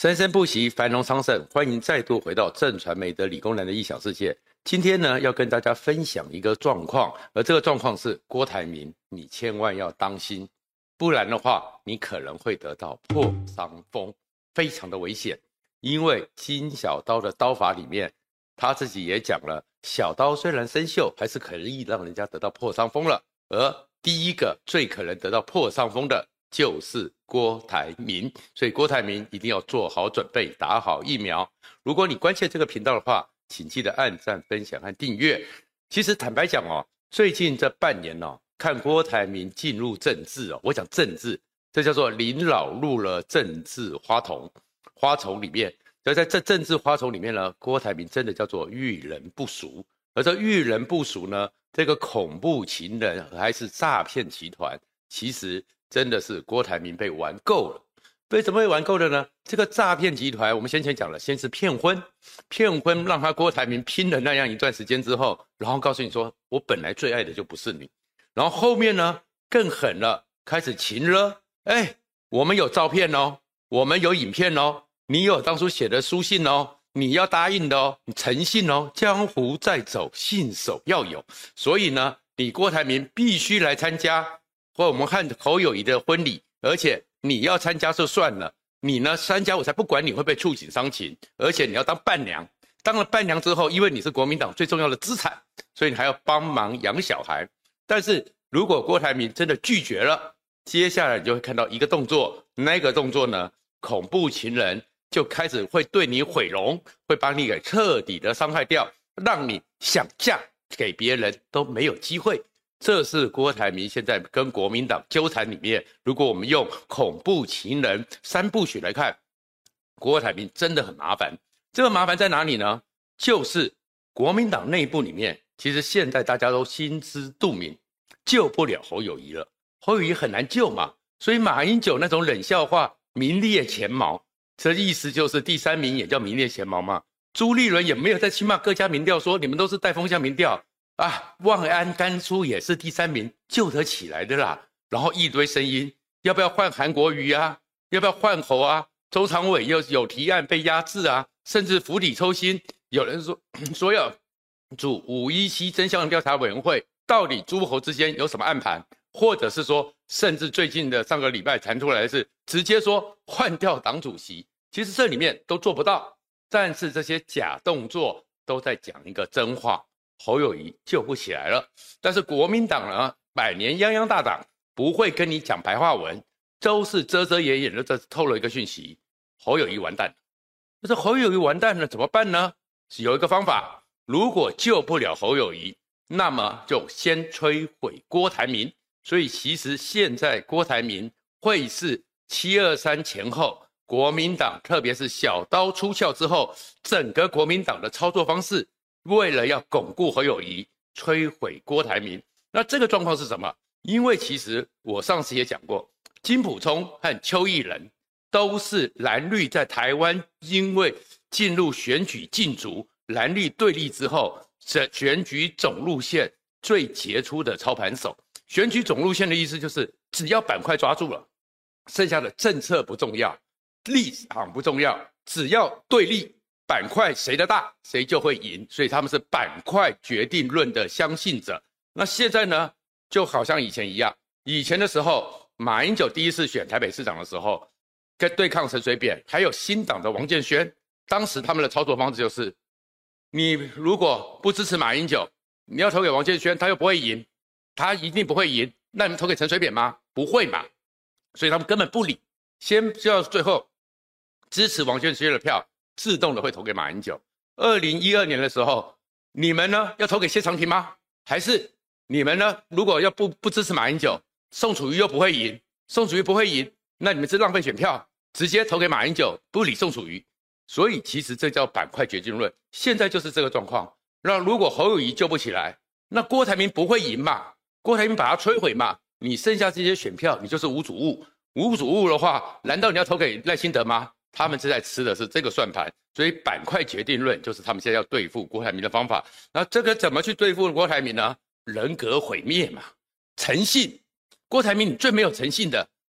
生生不息，繁荣昌盛。欢迎再度回到震传媒的理工男的异想世界。今天呢，要跟大家分享一个状况，而这个状况是郭台铭，你千万要当心，不然的话，你可能会得到破伤风，非常的危险。因为金小刀的刀法里面，他自己也讲了，小刀虽然生锈，还是可以让人家得到破伤风了。而第一个最可能得到破伤风的就是郭台铭，所以郭台铭一定要做好准备，打好疫苗。如果你关切这个频道的话，请记得按赞、分享和订阅。其实坦白讲最近这半年看郭台铭进入政治我讲政治，这叫做临老入了政治花丛里面。而在这政治花丛里面呢，郭台铭真的叫做遇人不淑。而这遇人不淑呢，这个恐怖情人还是诈骗集团，其实真的是郭台铭被玩够了。为什么会玩够了呢？这个诈骗集团我们先前讲了，先是骗婚让他郭台铭拼了那样一段时间之后，然后告诉你说我本来最爱的就不是你，然后后面呢更狠了，开始情勒，我们有照片我们有影片你有当初写的书信你要答应的你诚信江湖在走，信守要有。所以呢，你郭台铭必须来参加或我们和侯友宜的婚礼，而且你要参加就算了，你呢参加我才不管你会被触景伤情，而且你要当伴娘。当了伴娘之后，因为你是国民党最重要的资产，所以你还要帮忙养小孩。但是如果郭台铭真的拒绝了，接下来你就会看到一个动作，那个动作呢，恐怖情人就开始会对你毁容，会把你给彻底的伤害掉，让你想嫁给别人都没有机会。这是郭台铭现在跟国民党纠缠里面，如果我们用恐怖情人三部曲来看，郭台铭真的很麻烦。这个麻烦在哪里呢？就是国民党内部里面，其实现在大家都心知肚明，救不了侯友宜了，侯友宜很难救嘛。所以马英九那种冷笑话名列前茅，这意思就是第三名也叫名列前茅嘛。朱立伦也没有在去骂各家民调说你们都是带风向民调万安甘肃也是第三名救得起来的啦。然后一堆声音，要不要换韩国瑜要不要换侯周长伟又有提案被压制甚至釜底抽薪，有人说要组517真相调查委员会，到底诸侯之间有什么暗盘，或者是说甚至最近的上个礼拜传出来的是直接说换掉党主席。其实这里面都做不到，但是这些假动作都在讲一个真话，侯友宜救不起来了。但是国民党呢，百年泱泱大党，不会跟你讲白话文，都是遮遮掩掩的在透露一个讯息，侯友宜完蛋了。但是侯友宜完蛋了怎么办呢？是有一个方法，如果救不了侯友宜，那么就先摧毁郭台铭。所以其实现在郭台铭会是723前后国民党，特别是小刀出鞘之后，整个国民党的操作方式，为了要巩固侯友宜，摧毁郭台铭。那这个状况是什么？因为其实我上次也讲过，金溥聪和邱毅人都是蓝绿在台湾因为进入选举竞逐，蓝绿对立之后，选举总路线最杰出的操盘手。选举总路线的意思就是只要板块抓住了，剩下的政策不重要，立场不重要，只要对立板块谁的大谁就会赢，所以他们是板块决定论的相信者。那现在呢，就好像以前一样，以前的时候马英九第一次选台北市长的时候，跟对抗陈水扁还有新党的王建煊，当时他们的操作方式就是你如果不支持马英九，你要投给王建煊，他又不会赢，他一定不会赢，那你们投给陈水扁吗？不会嘛。所以他们根本不理，先到最后支持王建煊的票自动的会投给马英九。2012年的时候，你们呢要投给谢长廷吗？还是你们呢如果要不支持马英九，宋楚瑜又不会赢，宋楚瑜不会赢，那你们是浪费选票，直接投给马英九，不理宋楚瑜。所以其实这叫板块决定论，现在就是这个状况。那如果侯友宜救不起来，那郭台铭不会赢嘛，郭台铭把他摧毁嘛，你剩下这些选票你就是无主物。无主物的话，难道你要投给赖清德吗？他们是在吃的是这个算盘。所以板块决定论就是他们现在要对付郭台铭的方法。那这个怎么去对付郭台铭呢？人格毁灭嘛，诚信。郭台铭你最没有诚信的，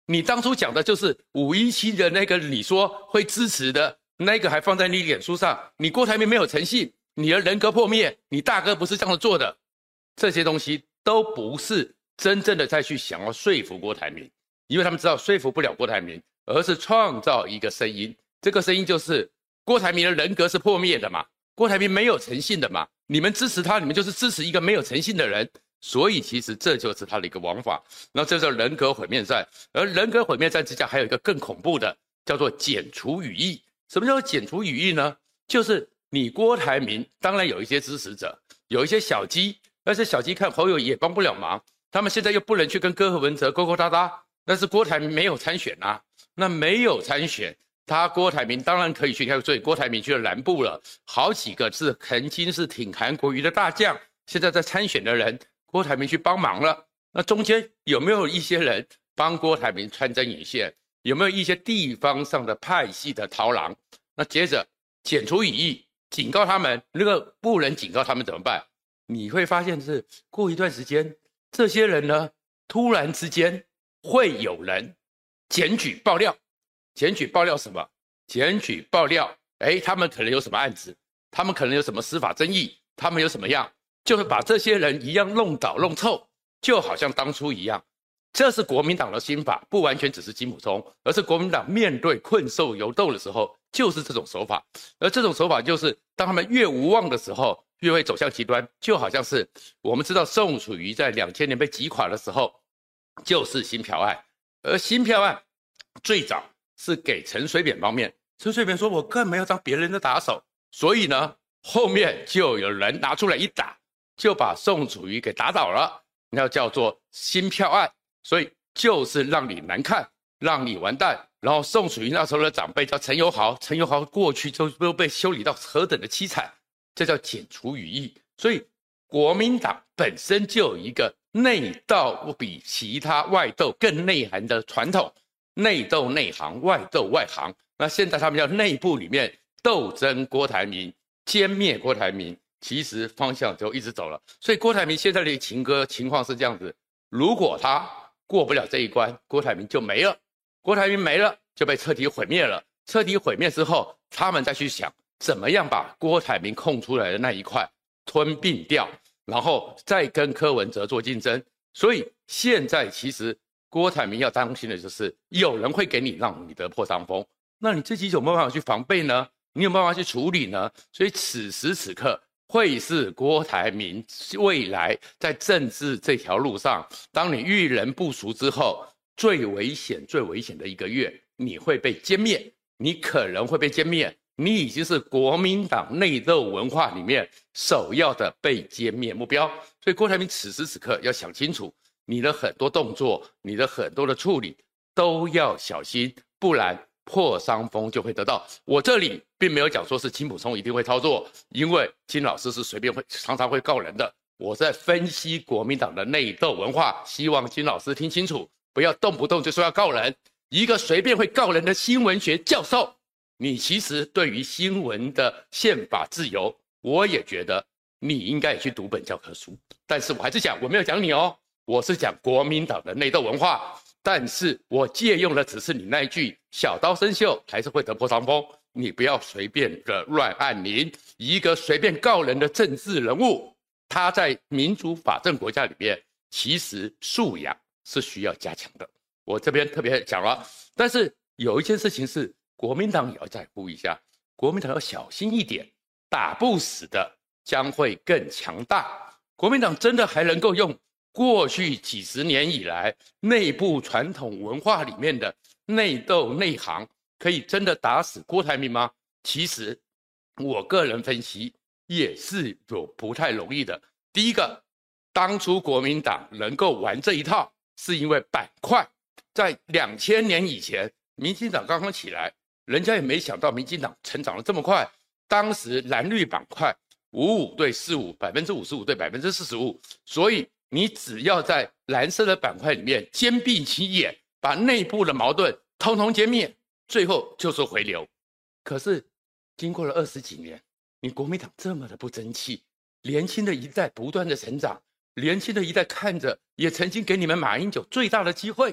你当初讲的就是517的那个，你说会支持的那个，还放在你脸书上。你郭台铭没有诚信，你的人格破灭，你大哥不是这样做的，这些东西都不是真正的再去想要说服郭台铭，因为他们知道说服不了郭台铭，而是创造一个声音。这个声音就是郭台铭的人格是破灭的嘛，郭台铭没有诚信的嘛，你们支持他，你们就是支持一个没有诚信的人。所以其实这就是他的一个玩法，然后这叫人格毁灭战。而人格毁灭战之下还有一个更恐怖的，叫做剪除语义。什么叫做剪除语义呢？就是你郭台铭当然有一些支持者，有一些小鸡，但是小鸡看侯友宜也帮不了忙，他们现在又不能去跟柯文哲勾勾搭搭，但是郭台铭没有参选啊，那没有参选，他郭台铭当然可以去，所以郭台铭去了南部了，好几个是曾经是挺韩国瑜的大将，现在在参选的人，郭台铭去帮忙了。那中间有没有一些人帮郭台铭穿针引线？有没有一些地方上的派系的逃狼？那接着剪除语义，警告他们，那个不能警告他们怎么办？你会发现是过一段时间，这些人呢，突然之间会有人检举爆料。检举爆料什么？检举爆料，他们可能有什么案子，他们可能有什么司法争议，他们有什么样，就会把这些人一样弄倒弄臭，就好像当初一样。这是国民党的心法，不完全只是金溥聪，而是国民党面对困兽犹斗的时候，就是这种手法。而这种手法就是，当他们越无望的时候，越会走向极端。就好像是我们知道宋楚瑜在2000年被击垮的时候，就是新票案，而新票案最早是给陈水扁方面，陈水扁说我更没有当别人的打手，所以呢，后面就有人拿出来一打，就把宋楚瑜给打倒了，那叫做新票案。所以就是让你难看，让你完蛋。然后宋楚瑜那时候的长辈叫陈友豪，陈友豪过去就被修理到何等的凄惨，这叫剪除语义。所以国民党本身就有一个内斗比其他外斗更内涵的传统，内斗内行，外斗外行。那现在他们要内部里面斗争郭台铭，歼灭郭台铭，其实方向就一直走了。所以郭台铭现在的情况是这样子，如果他过不了这一关，郭台铭就没了。郭台铭没了，就被彻底毁灭了。彻底毁灭之后，他们再去想怎么样把郭台铭空出来的那一块吞并掉，然后再跟柯文哲做竞争。所以现在其实郭台铭要担心的就是有人会给你让你得破伤风，那你自己有没有办法去防备呢？你有没有办法去处理呢？所以此时此刻会是郭台铭未来在政治这条路上，当你遇人不淑之后，最危险的一个月，你会被歼灭，你可能会被歼灭，你已经是国民党内斗文化里面首要的被歼灭目标。所以郭台铭此时此刻要想清楚，你的很多动作，你的很多的处理都要小心，不然破伤风就会得到。我这里并没有讲说是金溥聪一定会操作，因为金老师是随便常常会告人的。我在分析国民党的内斗文化，希望金老师听清楚，不要动不动就说要告人。一个随便会告人的新闻学教授，你其实对于新闻的宪法自由，我也觉得你应该也去读本教科书。但是我还是讲，我没有讲你哦，我是讲国民党的内斗文化。但是我借用的只是你那一句小刀生锈还是会得破伤风，你不要随便的乱按铃。一个随便告人的政治人物，他在民主法治国家里面其实素养是需要加强的。我这边特别讲了，但是有一件事情是国民党也要在乎一下，国民党要小心一点，打不死的将会更强大。国民党真的还能够用过去几十年以来内部传统文化里面的内斗内行，可以真的打死郭台铭吗？其实我个人分析也是有不太容易的。第一个，当初国民党能够玩这一套，是因为板块。在2000年以前，民进党刚刚起来，人家也没想到民进党成长得这么快。当时蓝绿板块55对45%，55%对45%，所以你只要在蓝色的板块里面坚闭其眼，把内部的矛盾通通歼灭，最后就是回流。可是经过了20几年，你国民党这么的不争气，年轻的一代不断的成长，年轻的一代看着也曾经给你们马英九最大的机会，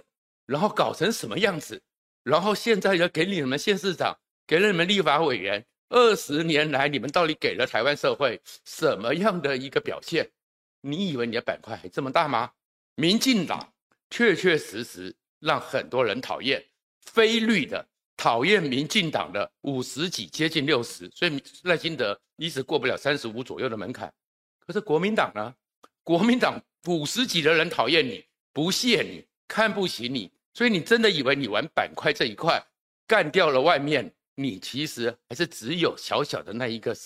然后搞成什么样子，然后现在要给你们县市长，给了你们立法委员，20年来你们到底给了台湾社会什么样的一个表现？你以为你的板块还这么大吗？民进党确确实实让很多人讨厌，非绿的讨厌民进党的50几接近60，所以赖清德一直过不了35左右的门槛。可是国民党呢？国民党50几的人讨厌你，不屑你，看不起你，所以你真的以为你玩板块这一块干掉了外面，你其实还是只有小小的那一个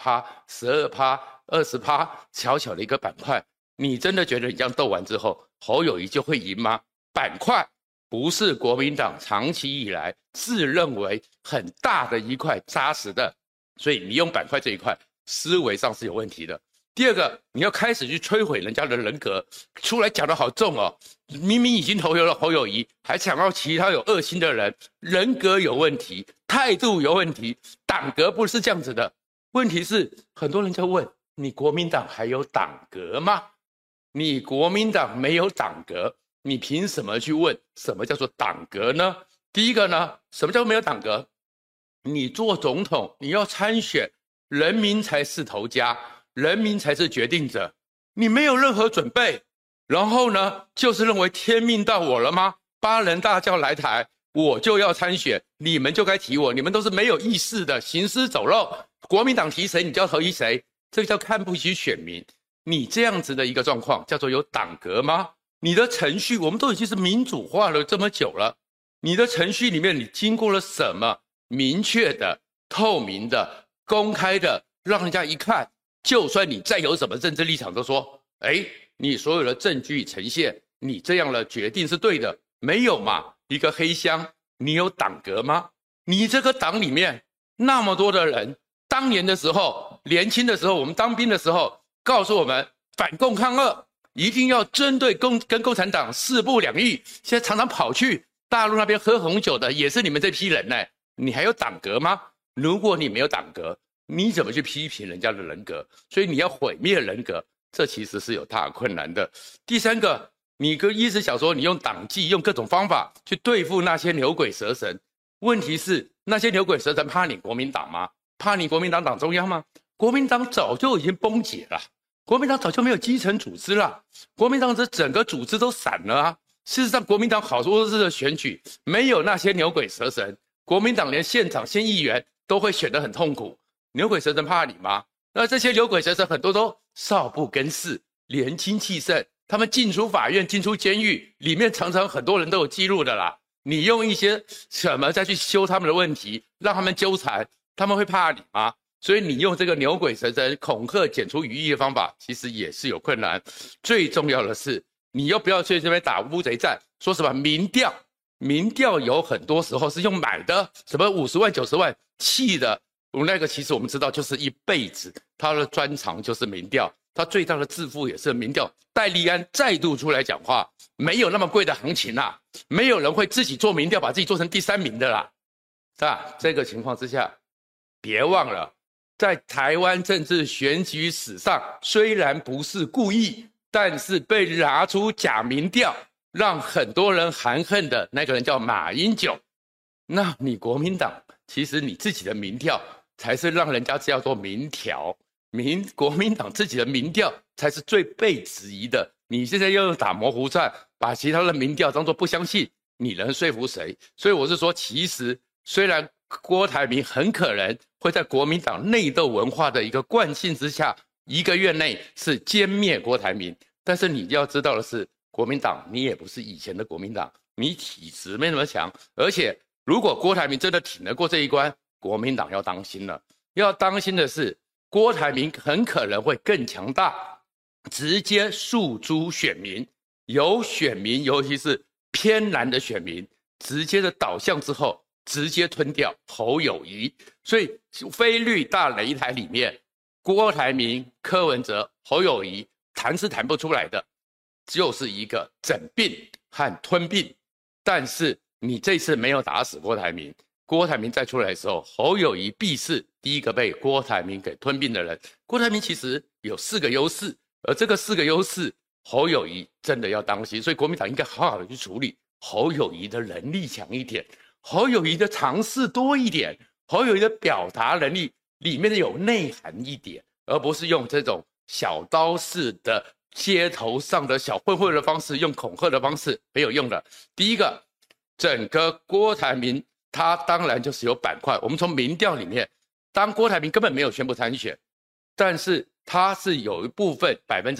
18%、12%、20%小小的一个板块。你真的觉得你这样斗完之后，侯友宜就会赢吗？板块不是国民党长期以来自认为很大的一块扎实的，所以你用板块这一块思维上是有问题的。第二个，你要开始去摧毁人家的人格，出来讲得好重哦，明明已经投了侯友宜，还想要其他有恶心的人，人格有问题，态度有问题，党格不是这样子的。问题是很多人在问，你国民党还有党格吗？你国民党没有党格，你凭什么去问什么叫做党格呢？第一个呢，什么叫没有党格？你做总统，你要参选，人民才是头家，人民才是决定者，你没有任何准备，然后呢，就是认为天命到我了吗？8人大轿来台，我就要参选，你们就该提我，你们都是没有意识的行尸走肉，国民党提谁你就要投依谁，这个叫看不起选民。你这样子的一个状况叫做有党格吗？你的程序我们都已经是民主化了这么久了，你的程序里面你经过了什么明确的、透明的、公开的，让人家一看，就算你再有什么政治立场都说，你所有的证据呈现，你这样的决定是对的，没有嘛？一个黑箱，你有党格吗？你这个党里面那么多的人，当年的时候，年轻的时候，我们当兵的时候，告诉我们反共抗俄一定要针对跟共产党势不两立，现在常常跑去大陆那边喝红酒的也是你们这批人呢，你还有党格吗？如果你没有党格，你怎么去批评人家的人格？所以你要毁灭人格，这其实是有大困难的。第三个，你跟意思想说你用党纪用各种方法去对付那些牛鬼蛇神，问题是那些牛鬼蛇神怕你国民党吗？怕你国民党党中央吗？国民党早就已经崩解了，国民党早就没有基层组织了，国民党这整个组织都散了啊。事实上，国民党好多次的选举没有那些牛鬼蛇神，国民党连县长、县议员都会选得很痛苦。牛鬼蛇神怕你吗？那这些牛鬼蛇神很多都少不更事，年轻气盛，他们进出法院、进出监狱，里面常常很多人都有记录的啦。你用一些什么再去修他们的问题，让他们纠缠，他们会怕你吗？所以你用这个牛鬼蛇神恐吓剪除余意的方法，其实也是有困难。最重要的是，你又不要去这边打乌贼战，说什么民调，民调有很多时候是用买的，什么50万、90万气的，那个其实我们知道就是一辈子，他的专长就是民调，他最大的致富也是民调。戴立安再度出来讲话，没有那么贵的行情啦，没有人会自己做民调，把自己做成第3名的啦。这个情况之下，别忘了。在台湾政治选举史上，虽然不是故意，但是被拿出假民调，让很多人含恨的那个人叫马英九。那你国民党，其实你自己的民调才是让人家叫做民调，国民党自己的民调才是最被质疑的。你现在又用打模糊战，把其他的民调当作不相信，你能说服谁？所以我是说，其实虽然郭台铭很可能会在国民党内斗文化的一个惯性之下，1个月内是歼灭郭台铭。但是你要知道的是，国民党你也不是以前的国民党，你体质没那么强，而且如果郭台铭真的挺得过这一关，国民党要当心了。要当心的是，郭台铭很可能会更强大，直接诉诸选民，由选民，尤其是偏蓝的选民，直接的导向之后，直接吞掉侯友宜。所以非绿大擂台里面，郭台铭、柯文哲、侯友宜谈是谈不出来的，就是一个整并和吞并。但是你这次没有打死郭台铭，郭台铭再出来的时候，侯友宜必是第一个被郭台铭给吞并的人。郭台铭其实有4个优势，而这个4个优势，侯友宜真的要当心，所以国民党应该好好的去处理。 侯友宜的能力强一点，侯友宜的尝试多一点，侯友宜的表达能力里面有内涵一点，而不是用这种小刀式的街头上的小混混的方式，用恐吓的方式，没有用的。第一个，整个郭台铭他当然就是有板块，我们从民调里面，当郭台铭根本没有宣布参选，但是他是有一部分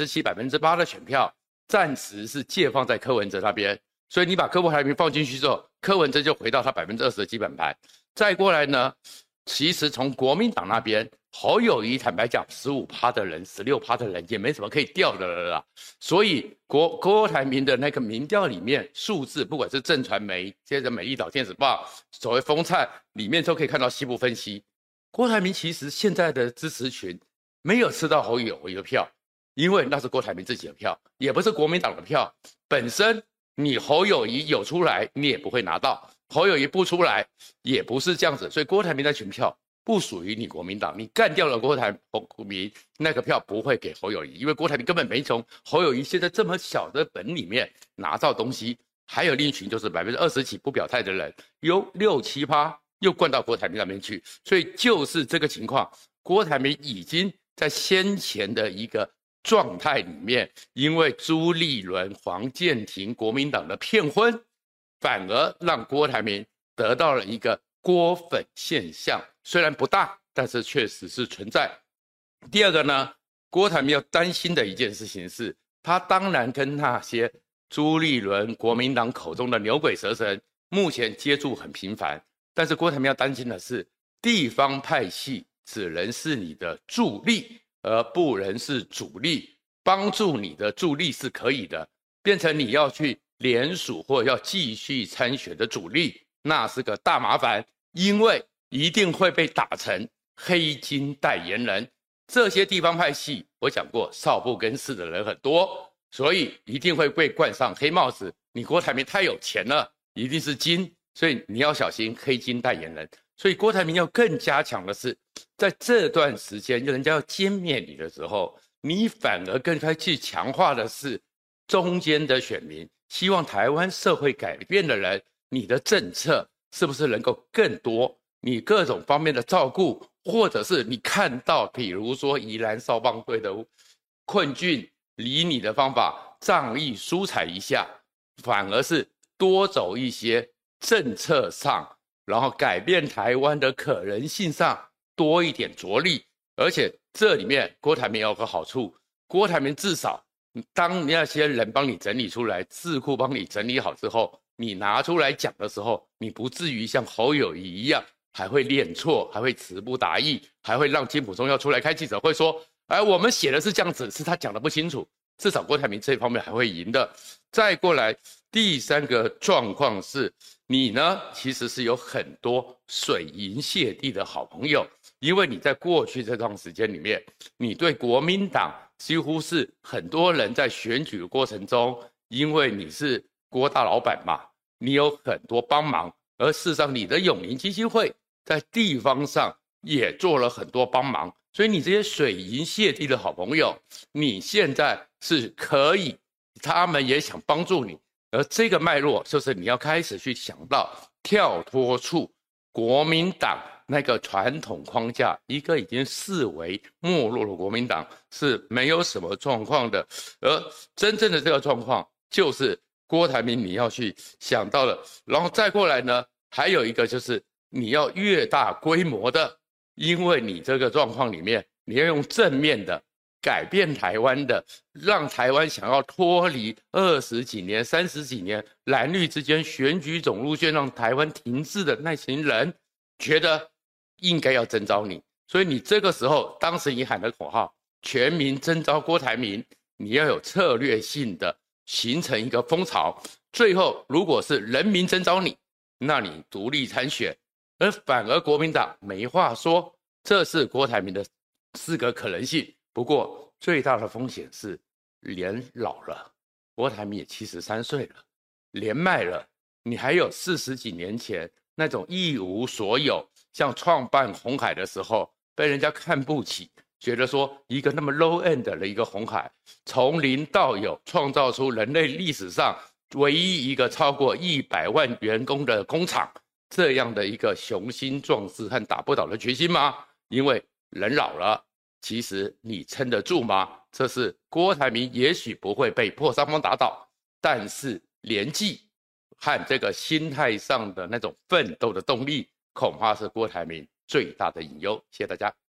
7%、8%的选票，暂时是借放在柯文哲那边，所以你把柯台铭放进去之后，柯文哲就回到他20%的基本盘。再过来呢，其实从国民党那边，侯友宜坦白讲，15%的人、16%的人也没什么可以调的了啦。所以郭台铭的那个民调里面数字，不管是正传媒、接着美丽岛电子报、所谓风灿里面都可以看到西部分析，郭台铭其实现在的支持群没有吃到侯友宜的票，因为那是郭台铭自己的票，也不是国民党的票。本身你侯友宜有出来，你也不会拿到；侯友宜不出来，也不是这样子。所以郭台铭的选票不属于你国民党，你干掉了郭台铭，那个票不会给侯友宜，因为郭台铭根本没从侯友宜现在这么小的本里面拿到东西。还有另一群就是20%几不表态的人，有6、7%又灌到郭台铭那边去，所以就是这个情况。郭台铭已经在先前的一个状态里面，因为朱立伦、黄健庭国民党的骗婚，反而让郭台铭得到了一个郭粉现象，虽然不大，但是确实是存在。第二个呢，郭台铭要担心的一件事情是，他当然跟那些朱立伦国民党口中的牛鬼蛇神目前接触很频繁，但是郭台铭要担心的是，地方派系只能是你的助力，而不能是主力。帮助你的助力是可以的，变成你要去联署或要继续参选的主力，那是个大麻烦，因为一定会被打成黑金代言人。这些地方派系我讲过，少不更事的人很多，所以一定会被冠上黑帽子。你郭台铭太有钱了，一定是金，所以你要小心黑金代言人。所以郭台铭要更加强的是，在这段时间人家要歼灭你的时候，你反而更该去强化的是中间的选民，希望台湾社会改变的人，你的政策是不是能够更多，你各种方面的照顾，或者是你看到比如说宜兰少棒队的困境，理你的方法仗义疏财一下，反而是多走一些政策上，然后改变台湾的可能性上多一点着力。而且这里面郭台铭有个好处，郭台铭至少当那些人帮你整理出来，智库帮你整理好之后，你拿出来讲的时候，你不至于像侯友宜一样还会念错，还会词不达意，还会让金溥聪要出来开记者会说，我们写的是这样子，是他讲的不清楚。至少郭台铭这一方面还会赢的。再过来第三个状况是，你呢其实是有很多水银泻地的好朋友，因为你在过去这段时间里面，你对国民党几乎是很多人在选举的过程中，因为你是郭大老板嘛，你有很多帮忙，而事实上你的永龄基金会在地方上也做了很多帮忙，所以你这些水银泻地的好朋友，你现在是可以，他们也想帮助你，而这个脉络就是你要开始去想到跳脱出国民党那个传统框架，一个已经视为没落的国民党是没有什么状况的，而真正的这个状况就是郭台铭你要去想到了。然后再过来呢，还有一个就是你要越大规模的，因为你这个状况里面，你要用正面的改变台湾的，让台湾想要脱离20几年、30几年蓝绿之间选举总路线让台湾停滞的那群人，觉得应该要征召你。所以你这个时候，当时你喊的口号“全民征召郭台铭”，你要有策略性的形成一个风潮。最后，如果是人民征召你，那你独立参选，而反而国民党没话说，这是郭台铭的4个可能性。不过最大的风险是年老了，郭台铭也73岁了，年迈了，你还有40几年前那种一无所有，像创办鸿海的时候被人家看不起，觉得说一个那么 low end 的一个鸿海，从零到有创造出人类历史上唯一一个超过100万员工的工厂，这样的一个雄心壮志和打不倒的决心吗？因为人老了，其实你撑得住吗？这是郭台铭也许不会被破伤风打倒，但是年纪和这个心态上的那种奋斗的动力，恐怕是郭台铭最大的隐忧。谢谢大家。